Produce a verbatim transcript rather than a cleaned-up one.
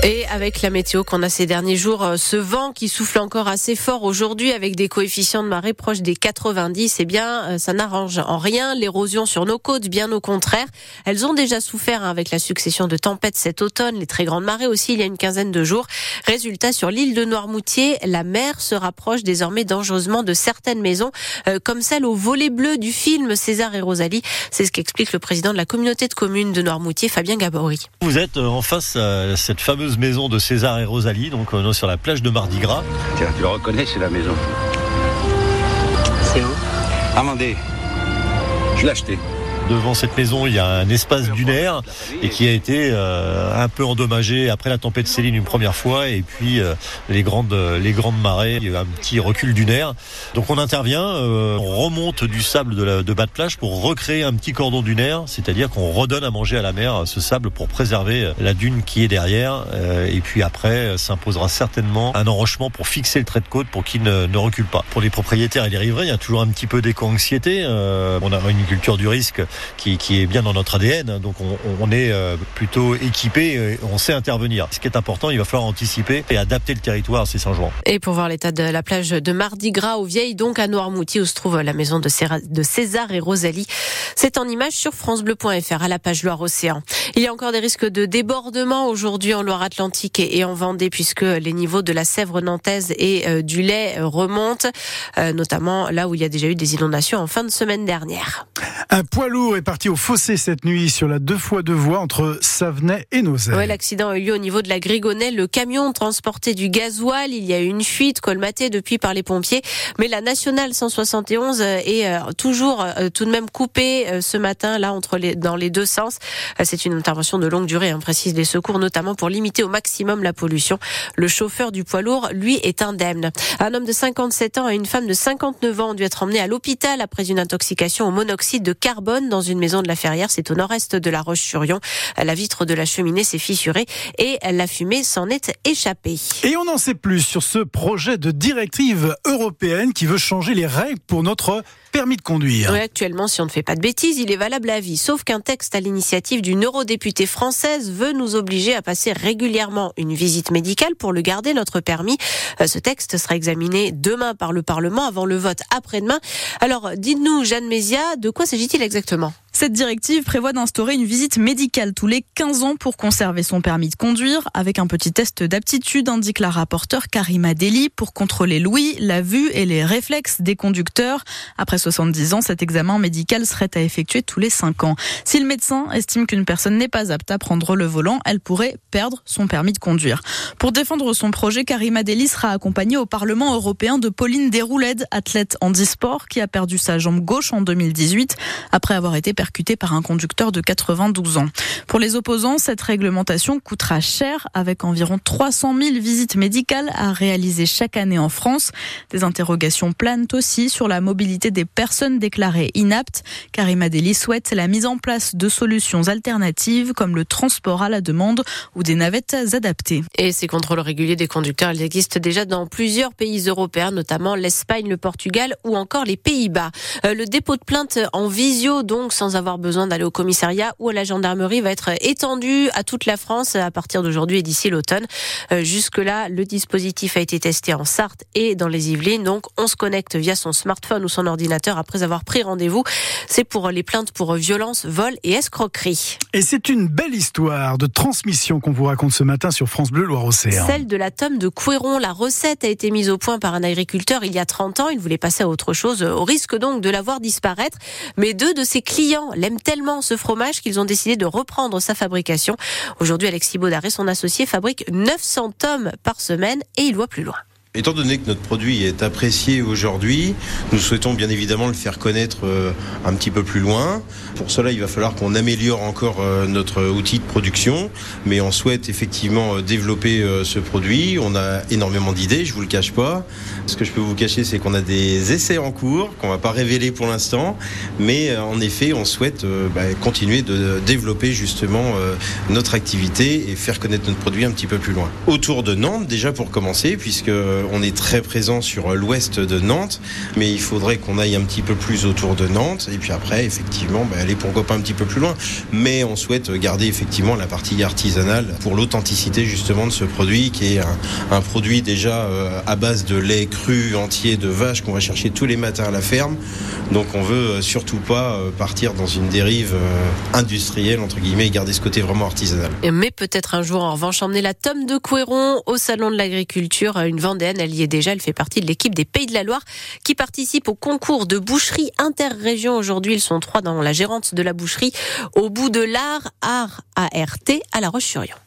Et avec la météo qu'on a ces derniers jours, ce vent qui souffle encore assez fort aujourd'hui avec des coefficients de marée proches des quatre-vingt-dix, eh bien, ça n'arrange en rien l'érosion sur nos côtes, bien au contraire. Elles ont déjà souffert avec la succession de tempêtes cet automne, les très grandes marées aussi il y a une quinzaine de jours. Résultat, sur l'île de Noirmoutier, la mer se rapproche désormais dangereusement de certaines maisons, euh, comme celle au volet bleu du film César et Rosalie. C'est ce qu'explique le président de la communauté de communes de Noirmoutier, Fabien Gabory. Vous êtes en face à cette fameuse maison de César et Rosalie, donc on est sur la plage de Mardi Gras. Tiens, tu le reconnais, c'est la maison. C'est où ? Amandé. Je l'ai acheté. Devant cette maison, il y a un espace dunaire et qui a été euh, un peu endommagé après la tempête Céline une première fois et puis euh, les grandes les grandes marées, il y a eu un petit recul dunaire. Donc on intervient, euh, on remonte du sable de, la, de bas de plage pour recréer un petit cordon dunaire, c'est-à-dire qu'on redonne à manger à la mer ce sable pour préserver la dune qui est derrière. Euh, et puis après, s'imposera certainement un enrochement pour fixer le trait de côte pour qu'il ne, ne recule pas. Pour les propriétaires et les riverains, il y a toujours un petit peu d'éco-anxiété. Euh, on a une culture du risque Qui, qui est bien dans notre A D N, donc on, on est plutôt équipé, on sait intervenir. Ce qui est important, il va falloir anticiper et adapter le territoire à ces changements. Et pour voir l'état de la plage de Mardi Gras aux Vieilles, donc à Noirmoutier où se trouve la maison de César et Rosalie, c'est en image sur francebleu point f r à la page Loire-Océan. Il y a encore des risques de débordement aujourd'hui en Loire-Atlantique et en Vendée puisque les niveaux de la Sèvre nantaise et du Lay remontent, notamment là où il y a déjà eu des inondations en fin de semaine dernière. Un poids lourd est parti au fossé cette nuit sur la deux fois deux voies entre Savenay et Nozay. Ouais, l'accident a eu lieu au niveau de la Grigonnelle. Le camion transportait du gasoil. Il y a eu une fuite colmatée depuis par les pompiers. Mais la nationale cent soixante et onze est euh, toujours euh, tout de même coupée euh, ce matin là entre les, dans les deux sens. Euh, c'est une intervention de longue durée, hein, précise les secours, notamment pour limiter au maximum la pollution. Le chauffeur du poids lourd, lui, est indemne. Un homme de cinquante-sept ans et une femme de cinquante-neuf ans ont dû être emmenés à l'hôpital après une intoxication au monoxyde de carbone dans une maison de la Ferrière, c'est au nord-est de La Roche-sur-Yon. La vitre de la cheminée s'est fissurée et la fumée s'en est échappée. Et on en sait plus sur ce projet de directive européenne qui veut changer les règles pour notre permis de conduire. Oui, actuellement, si on ne fait pas de bêtises, il est valable à vie. Sauf qu'un texte à l'initiative d'une eurodéputée française veut nous obliger à passer régulièrement une visite médicale pour le garder, notre permis. Ce texte sera examiné demain par le Parlement avant le vote après-demain. Alors, dites-nous, Jeanne Mézia, de quoi s'agit-il exactement ? Cette directive prévoit d'instaurer une visite médicale tous les quinze ans pour conserver son permis de conduire, avec un petit test d'aptitude, indique la rapporteure Karima Deli, pour contrôler l'ouïe, la vue et les réflexes des conducteurs. Après soixante-dix ans, cet examen médical serait à effectuer tous les cinq ans. Si le médecin estime qu'une personne n'est pas apte à prendre le volant, elle pourrait perdre son permis de conduire. Pour défendre son projet, Karima Deli sera accompagnée au Parlement européen de Pauline Desroulèdes, athlète handisport, qui a perdu sa jambe gauche en deux mille dix-huit, après avoir été percuté par un conducteur de quatre-vingt-douze ans. Pour les opposants, cette réglementation coûtera cher, avec environ trois cent mille visites médicales à réaliser chaque année en France. Des interrogations planent aussi sur la mobilité des personnes déclarées inaptes. Karima Deli souhaite la mise en place de solutions alternatives comme le transport à la demande ou des navettes adaptées. Et ces contrôles réguliers des conducteurs, ils existent déjà dans plusieurs pays européens, notamment l'Espagne, le Portugal ou encore les Pays-Bas. Euh, le dépôt de plainte en visio, donc sans avoir besoin d'aller au commissariat ou à la gendarmerie, va être étendu à toute la France à partir d'aujourd'hui et d'ici l'automne. Euh, jusque-là, le dispositif a été testé en Sarthe et dans les Yvelines. Donc, on se connecte via son smartphone ou son ordinateur après avoir pris rendez-vous. C'est pour les plaintes pour violence, vol et escroquerie. Et c'est une belle histoire de transmission qu'on vous raconte ce matin sur France Bleu Loire-Océan. Celle de la tome de Couéron. La recette a été mise au point par un agriculteur il y a trente ans. Il voulait passer à autre chose, au risque donc de la voir disparaître. Mais deux de ses clients l'aiment tellement, ce fromage, qu'ils ont décidé de reprendre sa fabrication. Aujourd'hui, Alexis Baudard et son associé fabriquent neuf cents tomes par semaine et il voit plus loin. Étant donné que notre produit est apprécié aujourd'hui, nous souhaitons bien évidemment le faire connaître euh, un petit peu plus loin. Pour cela, il va falloir qu'on améliore encore euh, notre outil de production, mais on souhaite effectivement euh, développer euh, ce produit. On a énormément d'idées, je vous le cache pas. Ce que je peux vous cacher, c'est qu'on a des essais en cours qu'on va pas révéler pour l'instant, mais euh, en effet, on souhaite euh, bah, continuer de développer justement euh, notre activité et faire connaître notre produit un petit peu plus loin. Autour de Nantes, déjà pour commencer, puisque on est très présent sur l'ouest de Nantes, mais il faudrait qu'on aille un petit peu plus autour de Nantes, et puis après, effectivement, bah, aller pourquoi pas un petit peu plus loin. Mais on souhaite garder effectivement la partie artisanale pour l'authenticité justement de ce produit, qui est un, un produit déjà euh, à base de lait cru entier de vache qu'on va chercher tous les matins à la ferme. Donc on veut surtout pas partir dans une dérive industrielle, entre guillemets, et garder ce côté vraiment artisanal. Mais peut-être un jour, en revanche, emmener la tome de Couéron au Salon de l'Agriculture. Une Vendéenne, elle y est déjà, elle fait partie de l'équipe des Pays de la Loire qui participe au concours de boucherie interrégion. Aujourd'hui, ils sont trois dans la gérante de la boucherie au bout de l'Art, Art A R T à La Roche-sur-Yon.